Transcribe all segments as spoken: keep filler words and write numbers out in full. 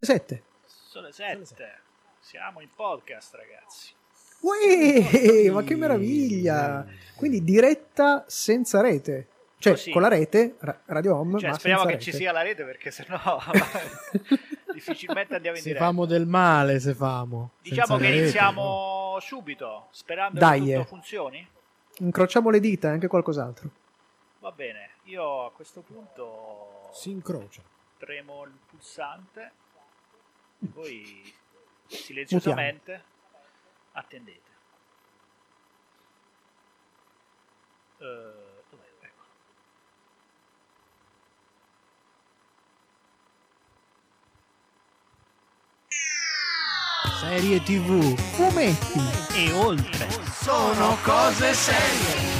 sette. Sono le sette. Siamo in podcast, ragazzi. Uè, ma che meraviglia! Quindi diretta senza rete. Cioè, Così. con la rete, ra- Radio Home, Cioè, ma speriamo senza che rete. ci sia la rete, perché sennò difficilmente andiamo in Se diretta. famo del male, se famo. Diciamo Senza che rete, iniziamo subito, sperando Dai, che eh. tutto funzioni. Incrociamo le dita e anche qualcos'altro. Va bene, io a questo punto no? Si incrocia. premo il pulsante, voi silenziosamente attendete. Uh, dov'è? Ecco. Serie tivù. Fumetti. E oltre. Sono cose serie.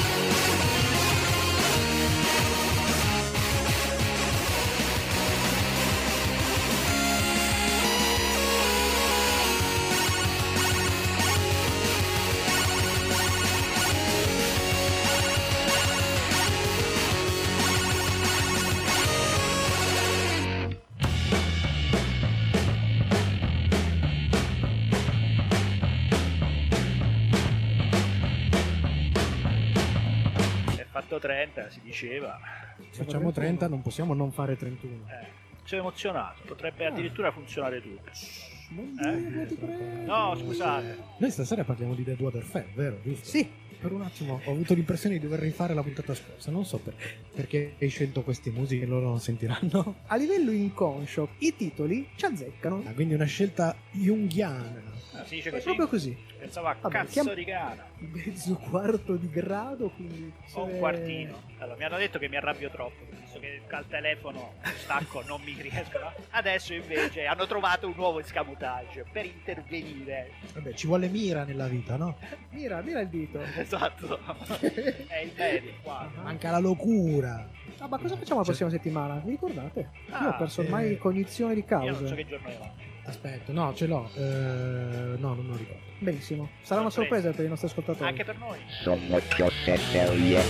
trenta si diceva. Facciamo trenta, non possiamo non fare trentuno. Eh, sono emozionato, potrebbe Ah. addirittura funzionare tutto. Non Eh? dirlo, ti prego. No, scusate. Noi stasera parliamo di Dead Water Fan, vero? Giusto? Sì. Per un attimo ho avuto l'impressione di dover rifare la puntata scorsa. Non so perché. Perché hai scelto queste musiche e loro non sentiranno. A livello inconscio, i titoli ci azzeccano. Ah, quindi una scelta junghiana. Ah, si dice È così? proprio così. Pensavo a Vabbè, cazzo chiam- di cane. Mezzo quarto di grado, quindi... O un se- quartino. Allora, mi hanno detto che mi arrabbio troppo, visto che al telefono stacco non mi riescono. Adesso invece hanno trovato un nuovo escamotage per intervenire. Vabbè, ci vuole mira nella vita, no? Mira, mira il dito. Esatto. È il medio qua. Manca la locura. Ah, ma cosa facciamo la prossima settimana? Vi ricordate? Ah, Io ho perso ormai eh. cognizione di Io non so causa. che giorno è oggi. Aspetta, no, ce l'ho. Eh, no, non me lo ricordo. Benissimo. Sarà una Sorpresa. sorpresa per i nostri ascoltatori. Anche per noi. Sono cose serie.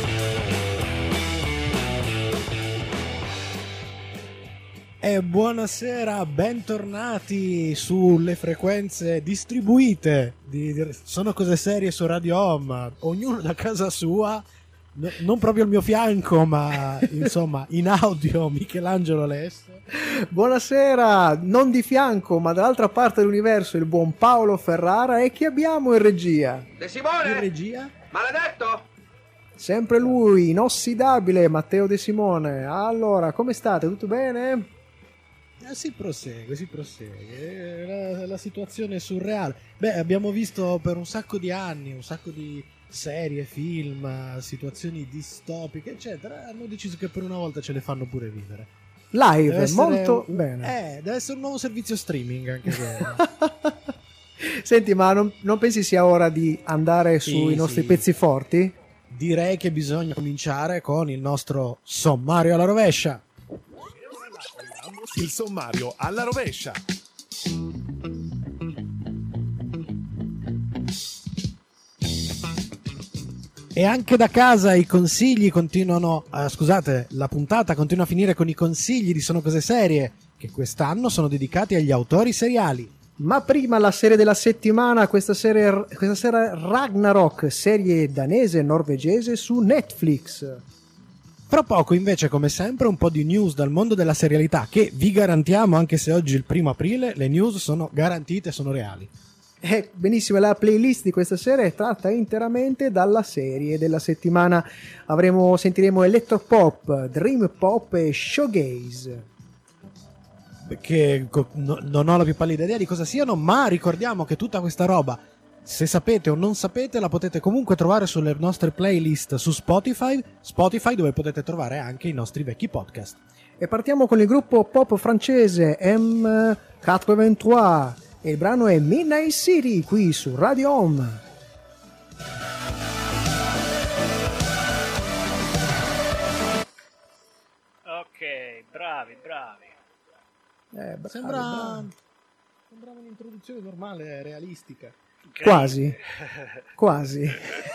E buonasera, bentornati sulle frequenze distribuite di, di- sono cose serie su Radio Home, ognuno da casa sua, no- non proprio al mio fianco, ma insomma in audio Michelangelo Lesse. Buonasera, non di fianco, ma dall'altra parte dell'universo, il buon Paolo Ferrara. E chi abbiamo in regia? De In Simone! regia? Maledetto! Sempre lui, inossidabile, Matteo De Simone. Allora, come state? Tutto bene? Eh, si prosegue, si prosegue. Eh, La, la situazione è surreale. Beh, abbiamo visto per un sacco di anni, un sacco di serie, film, situazioni distopiche, eccetera. Hanno deciso che per una volta ce le fanno pure vivere. Live, Deve essere molto un- bene. Eh, deve essere un nuovo servizio streaming anche quello. Senti, ma non, non pensi sia ora di andare Sì, sui nostri sì. pezzi forti? Direi che bisogna cominciare con il nostro sommario alla rovescia. Il sommario alla rovescia. E anche da casa i consigli continuano, eh, scusate, la puntata continua a finire con i consigli di Sono Cose Serie, che quest'anno sono dedicati agli autori seriali. Ma prima la serie della settimana, questa, serie, questa sera Ragnarok, serie danese norvegese su Netflix. Fra poco invece, come sempre, un po' di news dal mondo della serialità, che vi garantiamo, anche se oggi è il primo aprile, le news sono garantite, sono reali. Eh, benissimo, la playlist di questa sera è tratta interamente dalla serie della settimana. Avremo, sentiremo electropop, dream pop e showgaze. Che co- no- non ho la più pallida idea di cosa siano, ma ricordiamo che tutta questa roba, se sapete o non sapete, la potete comunque trovare sulle nostre playlist su Spotify, Spotify dove potete trovare anche i nostri vecchi podcast. E partiamo con il gruppo pop francese M quarantatré e il brano è Midnight City qui su Radio Home. Ok, bravi, bravi. Eh, bravi, Sembra, bravi. sembrava un'introduzione normale, realistica. Quasi, quasi.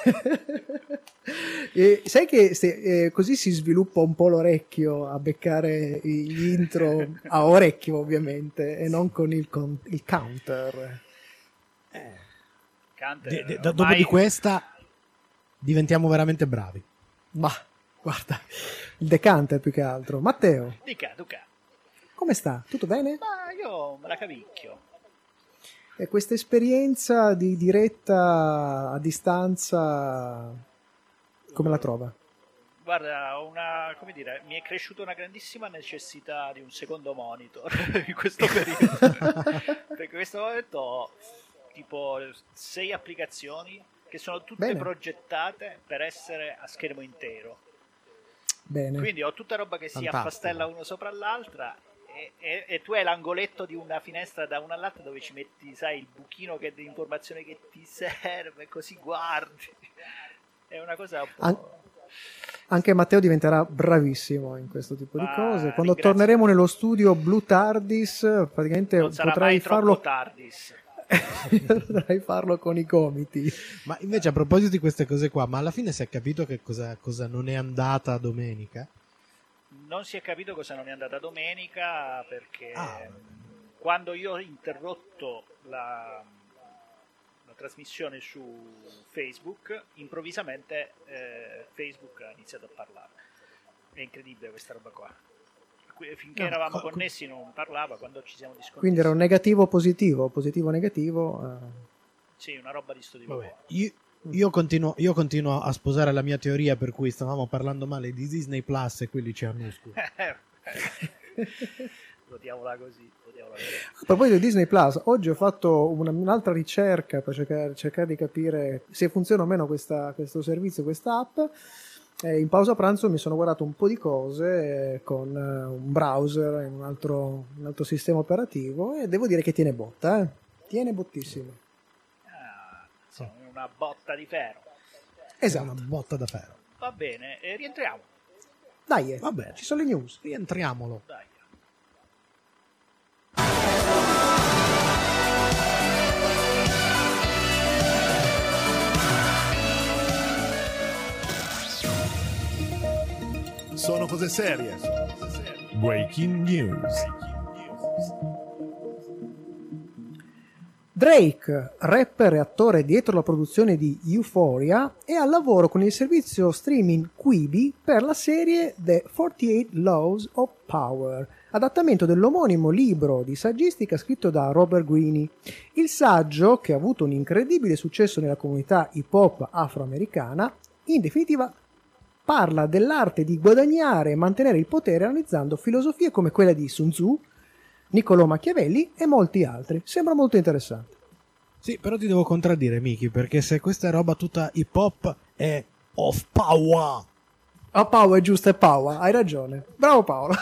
E sai che se, eh, così si sviluppa un po' l'orecchio a beccare gli intro a orecchio, ovviamente, e non con il, con il counter. Eh. Counter De, de, ormai... Dopo di questa diventiamo veramente bravi. Ma guarda, il decanter più che altro. Matteo, Dica, Duca. come sta? Tutto bene? Ma io me la cavicchio. E questa esperienza di diretta a distanza, come la trova? Guarda, una, come dire, mi è cresciuta una grandissima necessità di un secondo monitor in questo periodo. Perché in questo momento ho tipo sei applicazioni che sono tutte Bene. progettate per essere a schermo intero. Bene. Quindi ho tutta roba che si Fantastico. affastella uno sopra l'altra e, e, e tu hai l'angoletto di una finestra da una all'altra dove ci metti, sai, il buchino che, di informazione che ti serve, così guardi. È una cosa un po'... An- Anche Matteo diventerà bravissimo in questo tipo di Ah, cose. Quando ringrazio. torneremo nello studio Blue Tardis, praticamente non sarà potrai mai troppo farlo, tardis. potrai farlo con i gomiti. Ma invece a proposito di queste cose qua, ma alla fine si è capito che cosa, cosa non è andata domenica? Non si è capito cosa non è andata domenica perché Ah. quando io ho interrotto la, la trasmissione su Facebook, improvvisamente eh, Facebook ha iniziato a parlare. È incredibile questa roba qua. Qui- Finché No, eravamo co- connessi non parlava, quando ci siamo disconnessi. Quindi era un negativo positivo, positivo negativo. eh. Sì, una roba di sto tipo. Vabbè, io, io continuo, io continuo a sposare la mia teoria per cui stavamo parlando male di Disney Plus e quelli ci annuscono. Votiamola così, votiamola così. A proposito di Disney Plus, oggi ho fatto una- un'altra ricerca per cercare, cercare di capire se funziona o meno questa- questo servizio, questa app. E in pausa pranzo mi sono guardato un po' di cose eh, con eh, un browser in un altro, un altro sistema operativo e devo dire che tiene botta, eh. Tiene bottissimo. Ah, siamo in una botta di ferro. È Esatto. una botta da ferro. Va bene, e rientriamo. Dai, eh, Va bene. ci sono le news. Rientriamolo. Dai. Sono cose serie. Breaking news. Drake, rapper e attore dietro la produzione di Euphoria, è al lavoro con il servizio streaming Quibi per la serie The quarantotto Laws of Power, adattamento dell'omonimo libro di saggistica scritto da Robert Greene. Il saggio, che ha avuto un incredibile successo nella comunità hip hop afroamericana, in definitiva parla dell'arte di guadagnare e mantenere il potere analizzando filosofie come quella di Sun Tzu, Niccolò Machiavelli e molti altri. Sembra molto interessante. Sì, però ti devo contraddire, Miki, perché se questa è roba tutta hip hop è of power. Ah, Paolo è giusto, è Paolo, hai ragione. Bravo Paolo.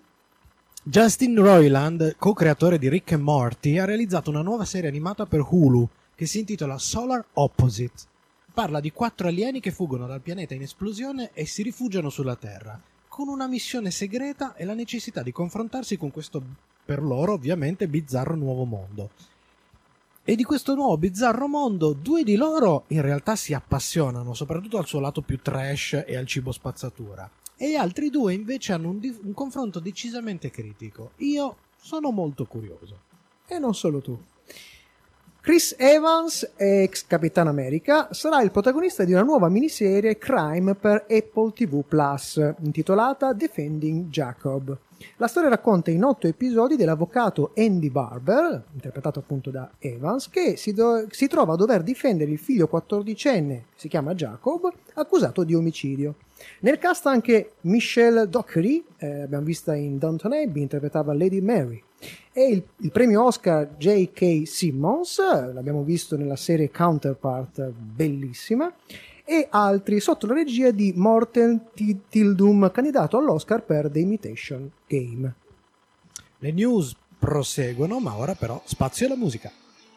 Justin Roiland, co-creatore di Rick and Morty, ha realizzato una nuova serie animata per Hulu che si intitola Solar Opposite. Parla di quattro alieni che fuggono dal pianeta in esplosione e si rifugiano sulla Terra, con una missione segreta e la necessità di confrontarsi con questo, per loro ovviamente, bizzarro nuovo mondo. E di questo nuovo bizzarro mondo, due di loro in realtà si appassionano, soprattutto al suo lato più trash e al cibo spazzatura. E gli altri due invece hanno un, di- un confronto decisamente critico. Io sono molto curioso. E non solo tu. Chris Evans, ex Capitan America, sarà il protagonista di una nuova miniserie crime per Apple ti vu Plus, intitolata Defending Jacob. La storia racconta in otto episodi dell'avvocato Andy Barber, interpretato appunto da Evans, che si, do- si trova a dover difendere il figlio quattordicenne, che si chiama Jacob, accusato di omicidio. Nel cast anche Michelle Dockery, eh, abbiamo vista in Downton Abbey, interpretava Lady Mary, e il, il premio Oscar J K. Simmons, eh, l'abbiamo visto nella serie Counterpart, bellissima, e altri sotto la regia di Morten T- Tildum, candidato all'Oscar per The Imitation Game. Le news proseguono, ma ora però spazio alla musica.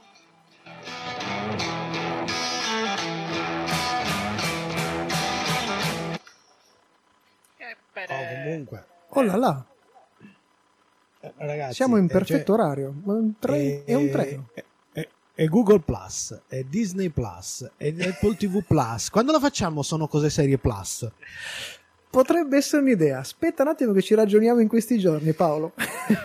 Eh, per- Oh, comunque, Oh là là, eh, ragazzi, siamo in eh, perfetto cioè, orario, ma un tre- eh, è un treno. eh, eh, e Google Plus, e Disney Plus, e Apple ti vu Plus. Quando la facciamo Sono Cose Serie Plus? Potrebbe essere un'idea. Aspetta un attimo che ci ragioniamo in questi giorni, Paolo.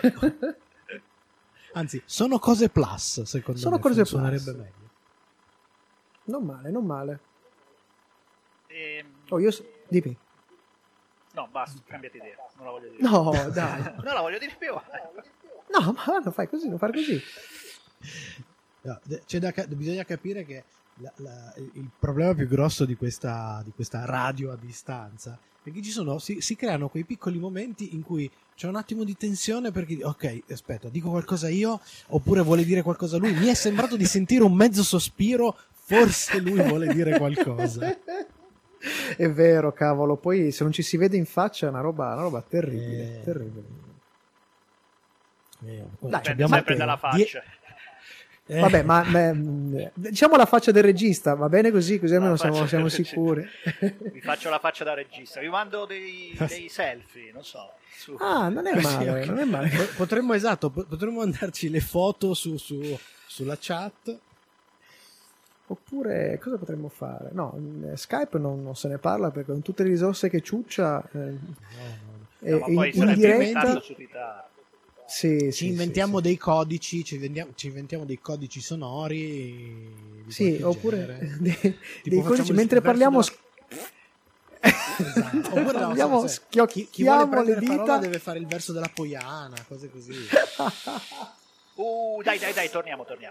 Anzi, Sono Cose Plus, secondo Sono me cose suonerebbe plus. meglio. Non male, non male. Ehm, Oh, io... s- Dimmi. no, basta, cambiate idea. Non la voglio dire. No, dai. Non la voglio dire più. No, ma non fai così, non fare così. No, de- c'è da ca- bisogna capire che la- la- il problema più grosso di questa, di questa radio a distanza è che ci sono, si, si creano quei piccoli momenti in cui c'è un attimo di tensione perché, ok, aspetta, dico qualcosa io oppure vuole dire qualcosa lui. Mi è sembrato di sentire un mezzo sospiro, forse lui vuole dire qualcosa. È vero, cavolo. Poi se non ci si vede in faccia è una roba, una roba terribile. Eh. terribile. Eh, Dai, Dipende abbiamo sempre te- dalla die- faccia. eh, Vabbè, ma, ma, mh, diciamo la faccia del regista, va bene così, così La almeno faccia siamo, siamo del regista. sicuri. Vi faccio la faccia da regista. Vi mando dei, dei selfie, non so. Su. Ah, non è male, non è male. Po- Potremmo, esatto, po- potremmo mandarci le foto su, su- sulla chat. Oppure cosa potremmo fare? No, in Skype non, non se ne parla perché con tutte le risorse che ciuccia eh, e- No, ma in, poi in sarebbe diretta inventato su ritardo. sì, Ci sì, inventiamo sì, dei codici, ci, vendiamo- ci inventiamo dei codici sonori. Di sì, sì, qualche oppure genere. dei, Tipo dei facciamo codici il mentre verso parliamo della- Esatto. Oppure no, Andiamo, se- se- chi, chi vuole schiocchiamo prendere le parola dita. deve fare il verso della Poiana, cose così. Uh, dai, dai, dai, torniamo, torniamo.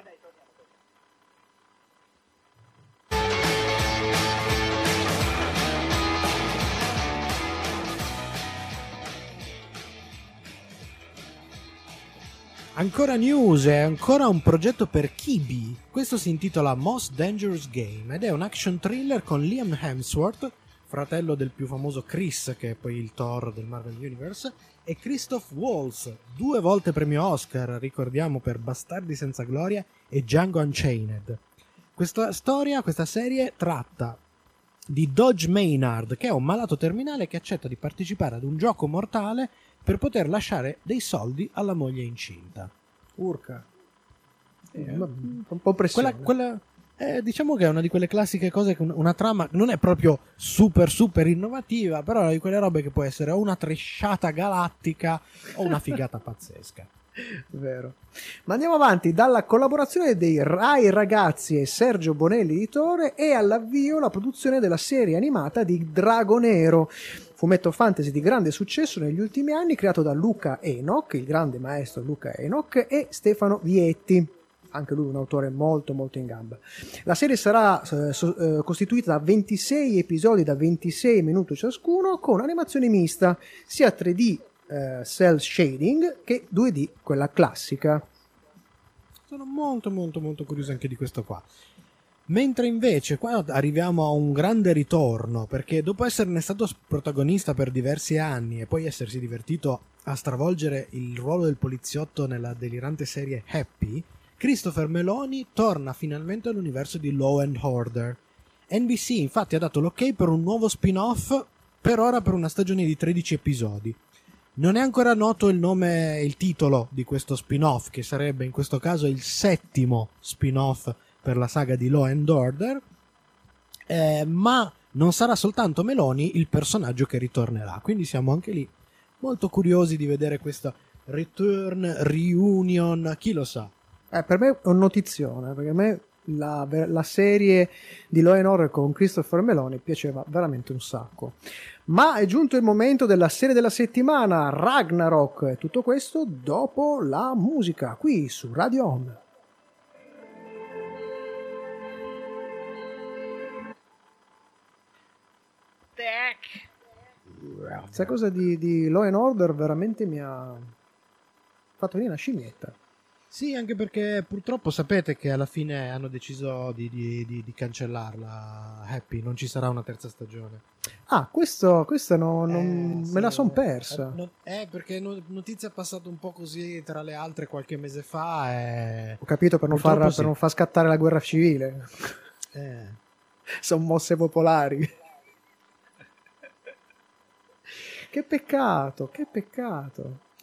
Ancora news, è ancora un progetto per Kibi. Questo si intitola Most Dangerous Game ed è un action thriller con Liam Hemsworth, fratello del più famoso Chris, che è poi il Thor del Marvel Universe, e Christoph Waltz, due volte premio Oscar, ricordiamo, per Bastardi senza gloria e Django Unchained. Questa storia, questa serie tratta di Dodge Maynard, che è un malato terminale che accetta di partecipare ad un gioco mortale per poter lasciare dei soldi alla moglie incinta. Urca. Eh, un po' pressione. Quella, quella, eh, diciamo che è una di quelle classiche cose che un- una trama non è proprio super super innovativa, però è una di quelle robe che può essere o una tresciata galattica o una figata pazzesca. Vero. Ma andiamo avanti. Dalla collaborazione dei Rai Ragazzi e Sergio Bonelli editore è all'avvio la produzione della serie animata di Dragonero, fumetto fantasy di grande successo negli ultimi anni, creato da Luca Enoch, il grande maestro Luca Enoch, e Stefano Vietti, anche lui un autore molto molto in gamba. La serie sarà eh, so- eh, costituita da ventisei episodi da ventisei minuti ciascuno, con animazione mista, sia tre D eh, cell shading che due D, quella classica. Sono molto molto molto curioso anche di questo qua. Mentre invece qua arriviamo a un grande ritorno, perché dopo esserne stato protagonista per diversi anni e poi essersi divertito a stravolgere il ruolo del poliziotto nella delirante serie Happy, Christopher Meloni torna finalmente all'universo di Law and Order. N B C infatti ha dato l'ok per un nuovo spin-off, per ora per una stagione di tredici episodi. Non è ancora noto il nome, il titolo di questo spin-off, che sarebbe in questo caso il settimo spin-off per la saga di Law and Order, eh, ma non sarà soltanto Meloni il personaggio che ritornerà, quindi siamo anche lì molto curiosi di vedere questa return, reunion, chi lo sa. Eh, per me è un notizione, perché a me la, la serie di Law and Order con Christopher Meloni piaceva veramente un sacco. Ma è giunto il momento della serie della settimana, Ragnarok, e tutto questo dopo la musica, qui su Radio Home. Questa cosa di, di Law and Order veramente mi ha fatto venire una scimmietta. Sì, anche perché purtroppo sapete che alla fine hanno deciso di, di, di, di cancellarla, Happy, non ci sarà una terza stagione. Ah, questo, questa no, non, Eh, me la sì, son eh, persa. Eh, no- eh, perché no- notizia è passata un po' così tra le altre qualche mese fa e... Ho capito, per non, far, Purtroppo per sì. non far scattare la guerra civile. eh, Sono mosse popolari. Che peccato, che peccato.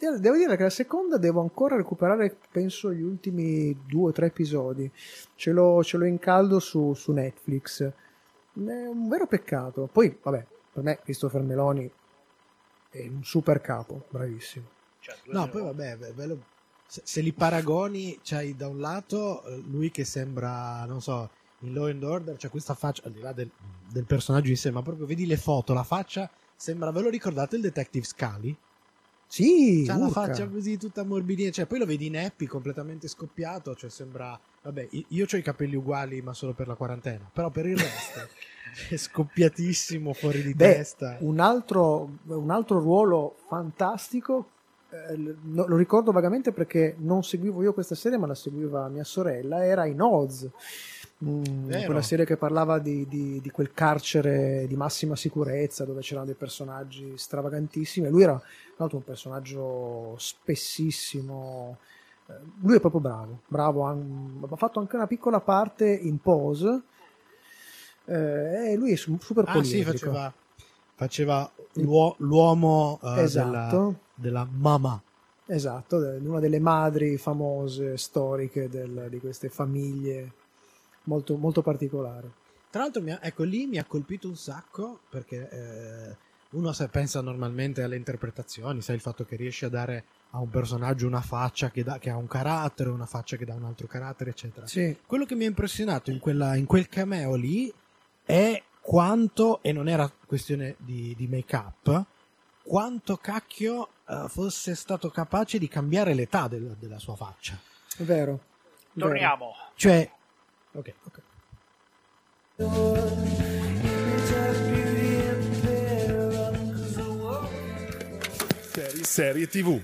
Devo dire che la seconda devo ancora recuperare, penso, gli ultimi due o tre episodi. Ce l'ho, ce l'ho in caldo su, su Netflix. È un vero peccato. Poi, vabbè, per me Christopher Meloni è un super capo, bravissimo. Cioè, No, poi vabbè, ve- ve lo- se, se li paragoni, c'hai da un lato eh, lui che sembra, non so, in Law and Order, c'è questa faccia, al di là del, del personaggio in sé, ma proprio vedi le foto, la faccia sembra, ve lo ricordate il Detective Scully? Sì, C'ha la urca. faccia così tutta morbidina, cioè poi lo vedi in Happy completamente scoppiato, cioè sembra, vabbè, io, io ho i capelli uguali ma solo per la quarantena, però per il resto è scoppiatissimo, fuori di Beh, testa. un altro, un altro ruolo fantastico, eh, lo lo ricordo vagamente perché non seguivo io questa serie, ma la seguiva mia sorella, era in Oz. Mm, Vero. quella serie che parlava di, di- di quel carcere di massima sicurezza dove c'erano dei personaggi stravagantissimi. E lui era tra l'altro un personaggio spessissimo. Eh, Lui è proprio bravo, bravo. han- Ha fatto anche una piccola parte in Pose. Eh, e lui è su- super Ah sì, poliedrico. faceva, faceva l'uo- l'uomo eh, Esatto. della, della mamma. Esatto, de- una delle madri famose storiche del- di queste famiglie molto, molto particolari. Tra l'altro, mi ha- ecco, lì mi ha colpito un sacco perché eh, uno se pensa normalmente alle interpretazioni, sai, il fatto che riesce a dare a un personaggio una faccia che, dà- che ha un carattere, una faccia che dà un altro carattere, eccetera. Sì, Quello che mi ha impressionato in, quella, in quel cameo lì è quanto, e non era questione di, di make-up, quanto cacchio eh, fosse stato capace di cambiare l'età del- della sua faccia. è vero. vero. Torniamo. Cioè, ok, ok. Serie, serie tivù.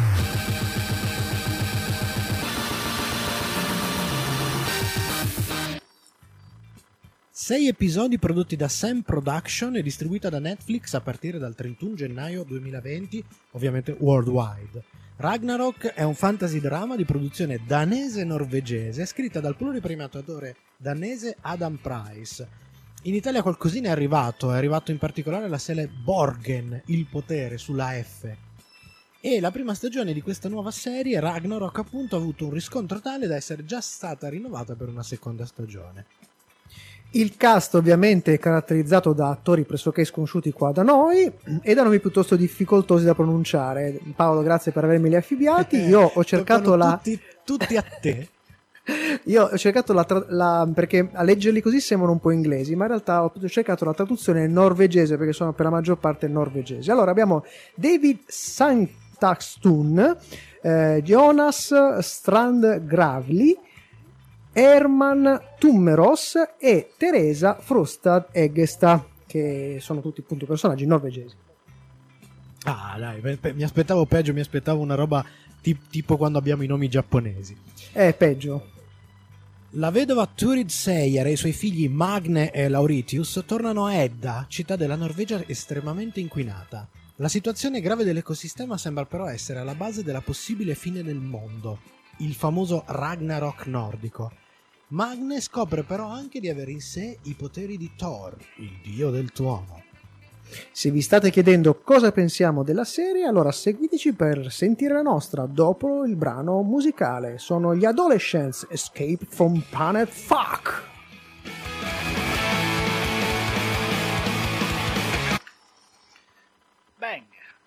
Sei episodi prodotti da Sam Production e distribuita da Netflix a partire dal trentuno gennaio duemilaventi, ovviamente worldwide. Ragnarok è un fantasy drama di produzione danese-norvegese scritta dal pluripremiato attore danese Adam Price. In Italia qualcosina è arrivato, è arrivato in particolare la serie Borgen, il potere, sulla F. E la prima stagione di questa nuova serie, Ragnarok, appunto, ha avuto un riscontro tale da essere già stata rinnovata per una seconda stagione. Il cast ovviamente è caratterizzato da attori pressoché sconosciuti qua da noi e da nomi piuttosto difficoltosi da pronunciare. Paolo, grazie per avermi li affibbiati. Io ho cercato Toccano la... Tutti, tutti a te. Io ho cercato la, tra- la- perché a leggerli così sembrano un po' inglesi, ma in realtà ho cercato la traduzione norvegese perché sono per la maggior parte norvegesi. Allora abbiamo David Sanktakstun, eh, Jonas Strand Gravli, Herman Tummeros e Teresa Frostad Eggestad, che sono tutti appunto personaggi norvegesi. Ah, dai, pe- pe- mi aspettavo peggio, mi aspettavo una roba ti- tipo quando abbiamo i nomi giapponesi. È peggio. La vedova Turid Seier e i suoi figli Magne e Lauritius tornano a Edda, città della Norvegia estremamente inquinata. La situazione grave dell'ecosistema sembra però essere alla base della possibile fine del mondo, il famoso Ragnarok nordico. Magne scopre però anche di avere in sé i poteri di Thor, il dio del tuono. Se vi state chiedendo cosa pensiamo della serie, allora seguiteci per sentire la nostra dopo il brano musicale. Sono gli Adolescents Escape from Planet Fuck. Bang.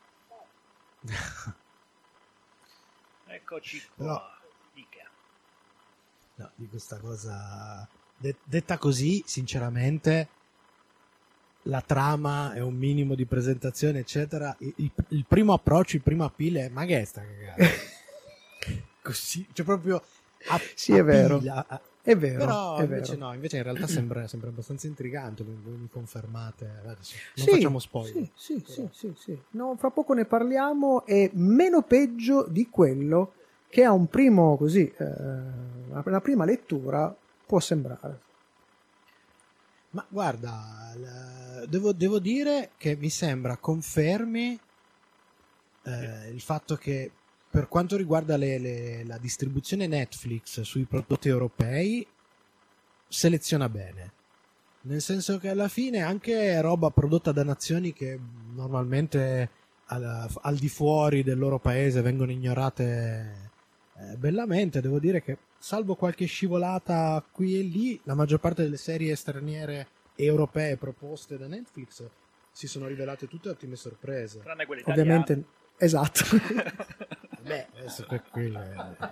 Eccoci qua. No. Dica. No, di questa cosa de- detta così, sinceramente, la trama è un minimo di presentazione, eccetera. Il, il- il primo approccio, il primo appeal è ma che è sta cagata? Così, cioè proprio a- Sì, è vero. appilla, a- È vero, però è invece vero. no, invece in realtà sembra, sembra abbastanza intrigante. Voi, voi mi confermate, adesso non Sì, facciamo spoiler. Sì, sì, sì, sì, sì. No, fra poco ne parliamo. È meno peggio di quello che a un primo così, eh, una prima lettura può sembrare. Ma guarda, l- devo, devo dire che mi sembra confermi eh, il fatto che per quanto riguarda le- le- la distribuzione Netflix sui prodotti europei seleziona bene, nel senso che alla fine anche roba prodotta da nazioni che normalmente al, al di fuori del loro paese vengono ignorate eh, bellamente. Devo dire che, salvo qualche scivolata qui e lì, la maggior parte delle serie straniere europee proposte da Netflix si sono rivelate tutte ottime sorprese. Tranne quelle italiane. Ovviamente, esatto. Beh, adesso que- quelle...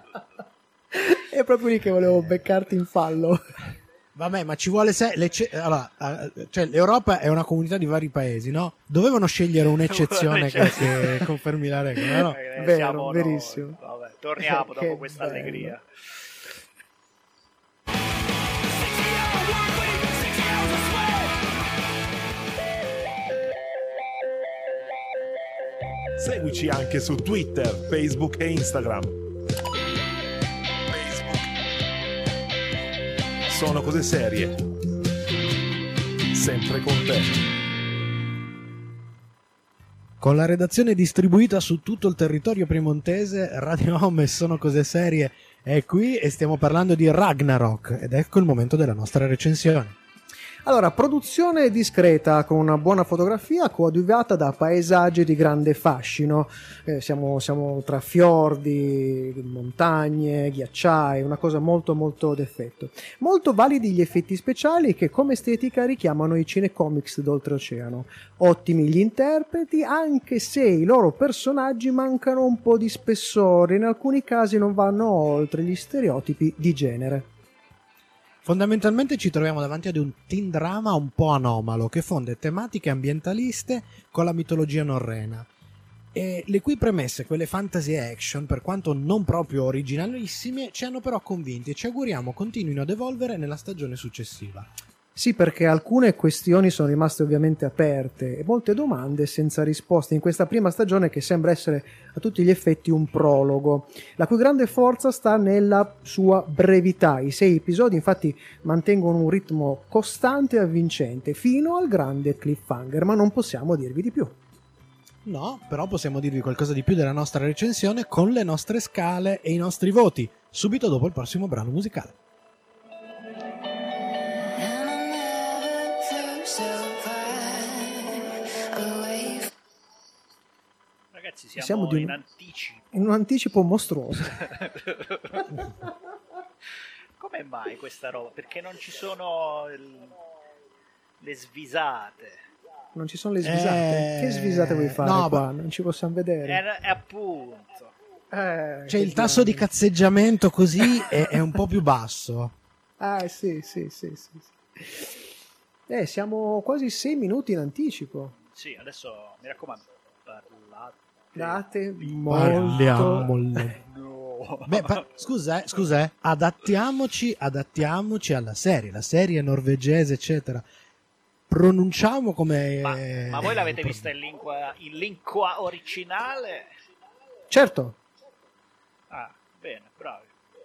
È proprio lì che volevo beccarti in fallo. Vabbè, ma ci vuole se... le ce- allora, eh, cioè, l'Europa è una comunità di vari paesi, no? Dovevano scegliere un'eccezione che, che confermi la regola, no? Eh, Vero, siamo verissimo. noi. Vabbè, torniamo Che dopo questa bello. allegria. Seguici anche su Twitter, Facebook e Instagram. Facebook. Sono cose serie. Sempre con te. Con la redazione distribuita su tutto il territorio piemontese, Radio Home e Sono Cose Serie è qui e stiamo parlando di Ragnarok, ed ecco il momento della nostra recensione. Allora, produzione discreta con una buona fotografia coadiuvata da paesaggi di grande fascino. Eh, siamo, siamo tra fiordi, montagne, ghiacciai, una cosa molto molto d'effetto. Molto validi gli effetti speciali che come estetica richiamano i cinecomics d'oltreoceano. Ottimi gli interpreti, anche se i loro personaggi mancano un po' di spessore, in alcuni casi non vanno oltre gli stereotipi di genere. Fondamentalmente ci troviamo davanti ad un teen drama un po' anomalo che fonde tematiche ambientaliste con la mitologia norrena, e le cui premesse, quelle fantasy action, per quanto non proprio originalissime, ci hanno però convinti e ci auguriamo continuino ad evolvere nella stagione successiva. Sì, perché alcune questioni sono rimaste ovviamente aperte e molte domande senza risposte in questa prima stagione che sembra essere a tutti gli effetti un prologo, la cui grande forza sta nella sua brevità. I sei episodi infatti mantengono un ritmo costante e avvincente fino al grande cliffhanger, ma non possiamo dirvi di più. No, però possiamo dirvi qualcosa di più della nostra recensione con le nostre scale e i nostri voti, subito dopo il prossimo brano musicale. Ragazzi, siamo, Siamo di un- in anticipo. In un anticipo mostruoso. Come mai questa roba? Perché non ci sono il- le svisate. Non ci sono le svisate. Eh, Che svisate vuoi fare no, qua? ma- Non ci possiamo vedere. E, e appunto. Eh, Cioè che il tasso di diavolo. cazzeggiamento così è, è un po' più basso. Ah, sì, sì, sì, sì, sì. Eh, siamo quasi sei minuti in anticipo. Sì, adesso mi raccomando, parlate. Date Parliamo. molto... No. Beh, pa- scusa, eh, scusa, eh, adattiamoci, adattiamoci alla serie, la serie norvegese, eccetera. Pronunciamo come... Ma, ma voi l'avete pro- vista in lingua, in lingua originale? Certo, Ah, bene, bravi.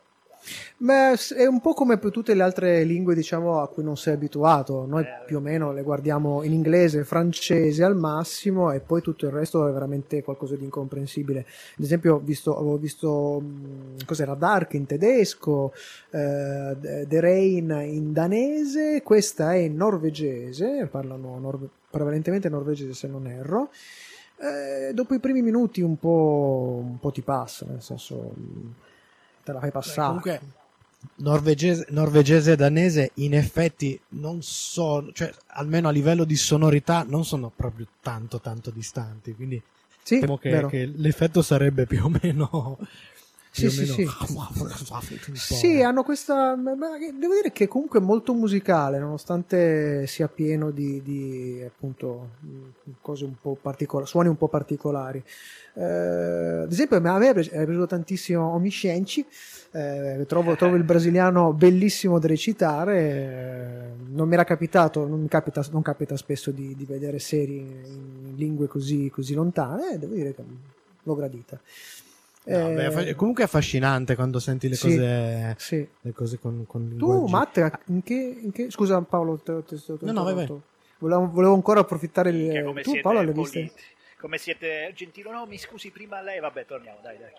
ma è un po' come per tutte le altre lingue, diciamo, a cui non sei abituato. Noi Eh, più o meno le guardiamo in inglese, francese al massimo, e poi tutto il resto è veramente qualcosa di incomprensibile. Ad esempio, ho visto, avevo visto mh, cos'era Dark in tedesco, eh, The Rain in danese, questa è in norvegese, parlano norve- prevalentemente norvegese se non erro. Eh, dopo i primi minuti un po', un po' ti passa, nel senso mh, te la fai Beh, passare. comunque norvegese, norvegese e danese in effetti non sono, cioè almeno a livello di sonorità non sono proprio tanto tanto distanti, quindi Sì, temo che, vero. che l'effetto sarebbe più o meno Sì, più o sì, meno- sì. un po'. Sì, hanno questa. ma- ma devo dire che è comunque molto musicale, nonostante sia pieno di, di, appunto mh, cose un po' particolari, suoni un po' particolari. Eh, ad esempio, a me è piaciuto tantissimo Omiscenci. Eh, trovo, trovo il brasiliano bellissimo da recitare. eh, non mi era capitato, non mi capita, non capita spesso di, di vedere serie in lingue così, così lontane. E devo dire che l'ho gradita. No, Eh, beh, fa- comunque è affascinante quando senti le sì, cose, sì. le cose con, con Tu, linguaggi. Matt, in che, in che... scusa Paolo, te, te, te, te, No, no, vai, vai. Volevo, volevo ancora approfittare Che il... come Tu siete Paolo l'hai viste? politi- come siete gentili. No, mi scusi, prima lei. Vabbè, torniamo, dai, dai.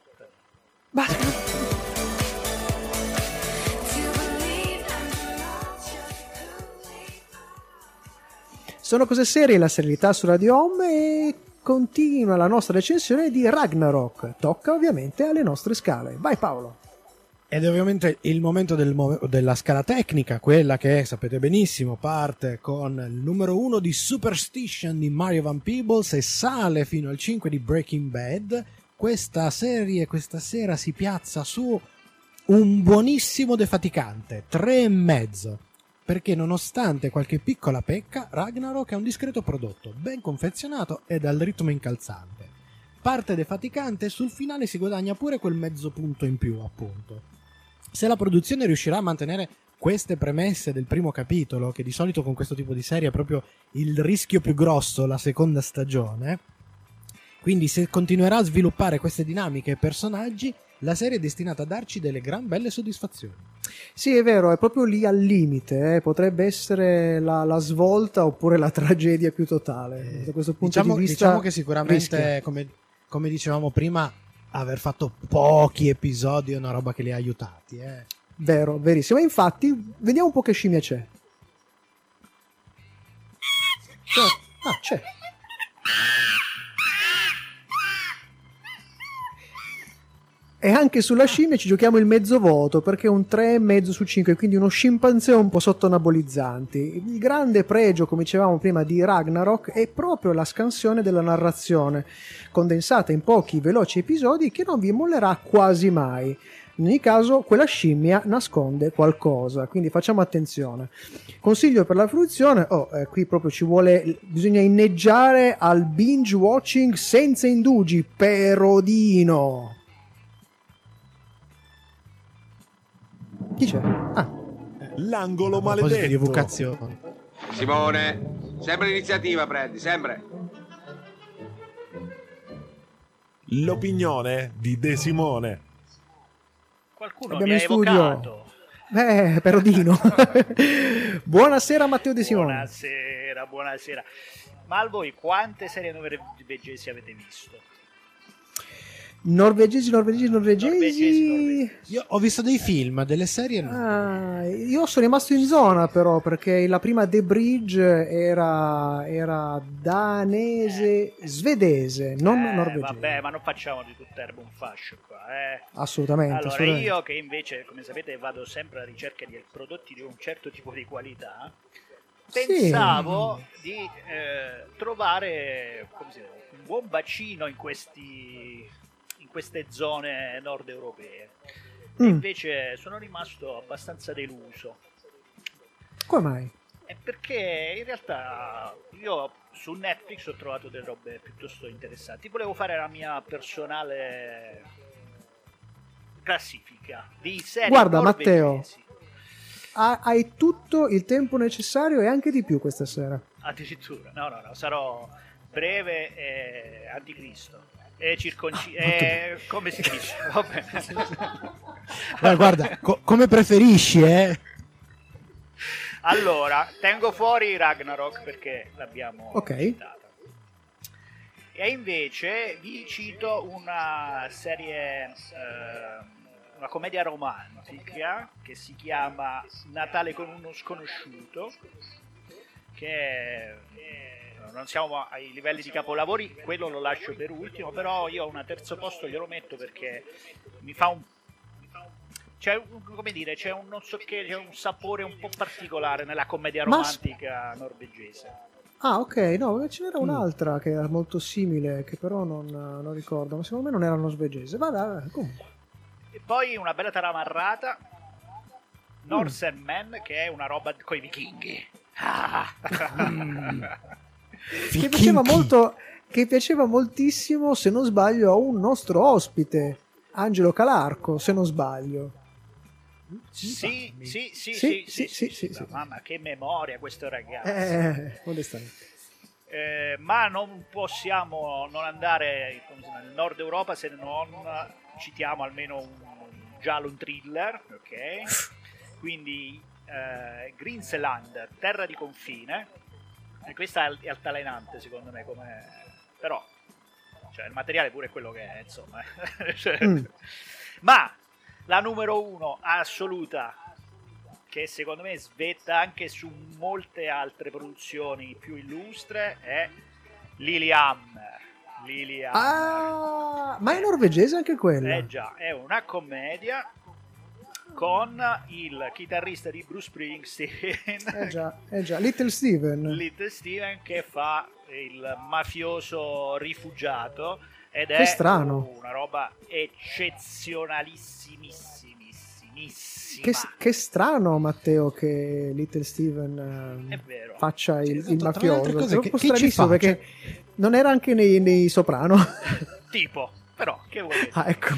Basta. Sono cose serie, la serialità su Radio Home, e continua la nostra recensione di Ragnarok. Tocca ovviamente alle nostre scale. Vai Paolo. Ed è ovviamente il momento del mo- della scala tecnica, quella che sapete benissimo parte con il numero uno di Superstition di Mario Van Peebles e sale fino al cinque di Breaking Bad. Questa serie questa sera si piazza su un buonissimo defaticante, tre e mezzo, perché nonostante qualche piccola pecca, Ragnarok è un discreto prodotto, ben confezionato e dal ritmo incalzante. Parte defaticante e sul finale si guadagna pure quel mezzo punto in più, appunto. Se la produzione riuscirà a mantenere queste premesse del primo capitolo, che di solito con questo tipo di serie è proprio il rischio più grosso, la seconda stagione, quindi se continuerà a sviluppare queste dinamiche e personaggi, la serie è destinata a darci delle gran belle soddisfazioni. Sì, è vero, è proprio lì al limite, eh. Potrebbe essere la, la svolta oppure la tragedia più totale. Eh, da questo punto diciamo, di vista diciamo che sicuramente, come, come dicevamo prima, aver fatto pochi episodi è una roba che li ha aiutati. Eh. Vero, verissimo. E infatti, vediamo un po' che scimmia c'è. C'è. Ah, c'è. E anche sulla scimmia ci giochiamo il mezzo voto, perché è un tre e mezzo su cinque, quindi uno scimpanzé un po' sotto anabolizzanti. Il grande pregio, come dicevamo prima, di Ragnarok è proprio la scansione della narrazione, condensata in pochi veloci episodi che non vi mollerà quasi mai. In ogni caso, quella scimmia nasconde qualcosa, quindi facciamo attenzione. Consiglio per la fruizione, oh, eh, qui proprio ci vuole, bisogna inneggiare al binge watching senza indugi, Perodino. Chi c'è? Ah. L'angolo A proposito maledetto. di evocazione. Simone, sempre l'iniziativa prendi, sempre. L'opinione di De Simone. Qualcuno Abbiamo mi ha in studio. evocato. Eh, Perodino. Buonasera Matteo De Simone. Buonasera, buonasera. Ma a voi quante serie norvegesi avete visto? Norvegesi, norvegesi, norvegesi. Norvegesi, norvegesi. Io ho visto dei film, delle serie no. Ah, io sono rimasto in zona però, perché la prima The Bridge era, era danese, svedese, non Eh, norvegese. Vabbè, ma non facciamo di tutt'erba un fascio qua, eh. Assolutamente. Allora, assolutamente. io che invece, come sapete, vado sempre alla ricerca di prodotti di un certo tipo di qualità, Sì. pensavo di eh, trovare, come si dice, un buon bacino in questi in queste zone nord europee. E Mm. invece sono rimasto abbastanza deluso. Come mai? È perché in realtà io su Netflix ho trovato delle robe piuttosto interessanti. Volevo fare la mia personale classifica di serie Guarda, norvegesi. Matteo. Ha- hai tutto il tempo necessario e anche di più questa sera. Addirittura, no, no, no, sarò breve e anticristo. E circonci... Ah, e... come si dice? Vabbè. Guarda, guarda co- come preferisci, eh? Allora, tengo fuori Ragnarok perché l'abbiamo Ok. citata. E invece vi cito una serie, eh, una commedia romantica che si chiama Natale con uno sconosciuto, che eh, non siamo ai livelli di capolavori, quello lo lascio per ultimo, però io a un terzo posto glielo metto perché mi fa un c'è un, come dire, c'è un non so che, c'è un sapore un po' particolare nella commedia Ma- romantica norvegese. Ah, ok, no, ce n'era Mm. un'altra che era molto simile, che però non, non ricordo, ma secondo me non era norvegese. Vabbè, vabbè, comunque. E poi una bella trama arrata, Northern Man, che è una roba coi vichinghi. Ah. Che piaceva molto, che piaceva moltissimo, se non sbaglio, a un nostro ospite, Angelo Calarco, se non sbaglio. Sì, sì, sì, sì, Sì, sì, sì, sì, sì, sì. Mamma, che memoria questo ragazzo. Eh, onestamente. Eh, ma non possiamo non andare come si chiama, nel nord Europa se non citiamo almeno un giallo, un thriller, ok? Quindi eh, Greensland, terra di confine, e questa è altalenante secondo me, come però cioè il materiale pure è quello che è, insomma. Cioè, Mm. ma la numero uno assoluta, che secondo me svetta anche su molte altre produzioni più illustre, è Lilyhammer. Lilian. Ah, ma è norvegese anche quella? Eh già, è una commedia con il chitarrista di Bruce Springsteen. Eh già, eh già, Little Steven. Little Steven, che fa il mafioso rifugiato ed Che è strano. una roba eccezionalissimissima. Che, che strano, Matteo, che Little Steven eh, È vero. faccia il, Sì, il tra le mafioso. altre cose, È un che- po' che ci stranissimo fa? perché non era anche nei, nei Soprano. Tipo, però, che vuoi? Ah, ecco.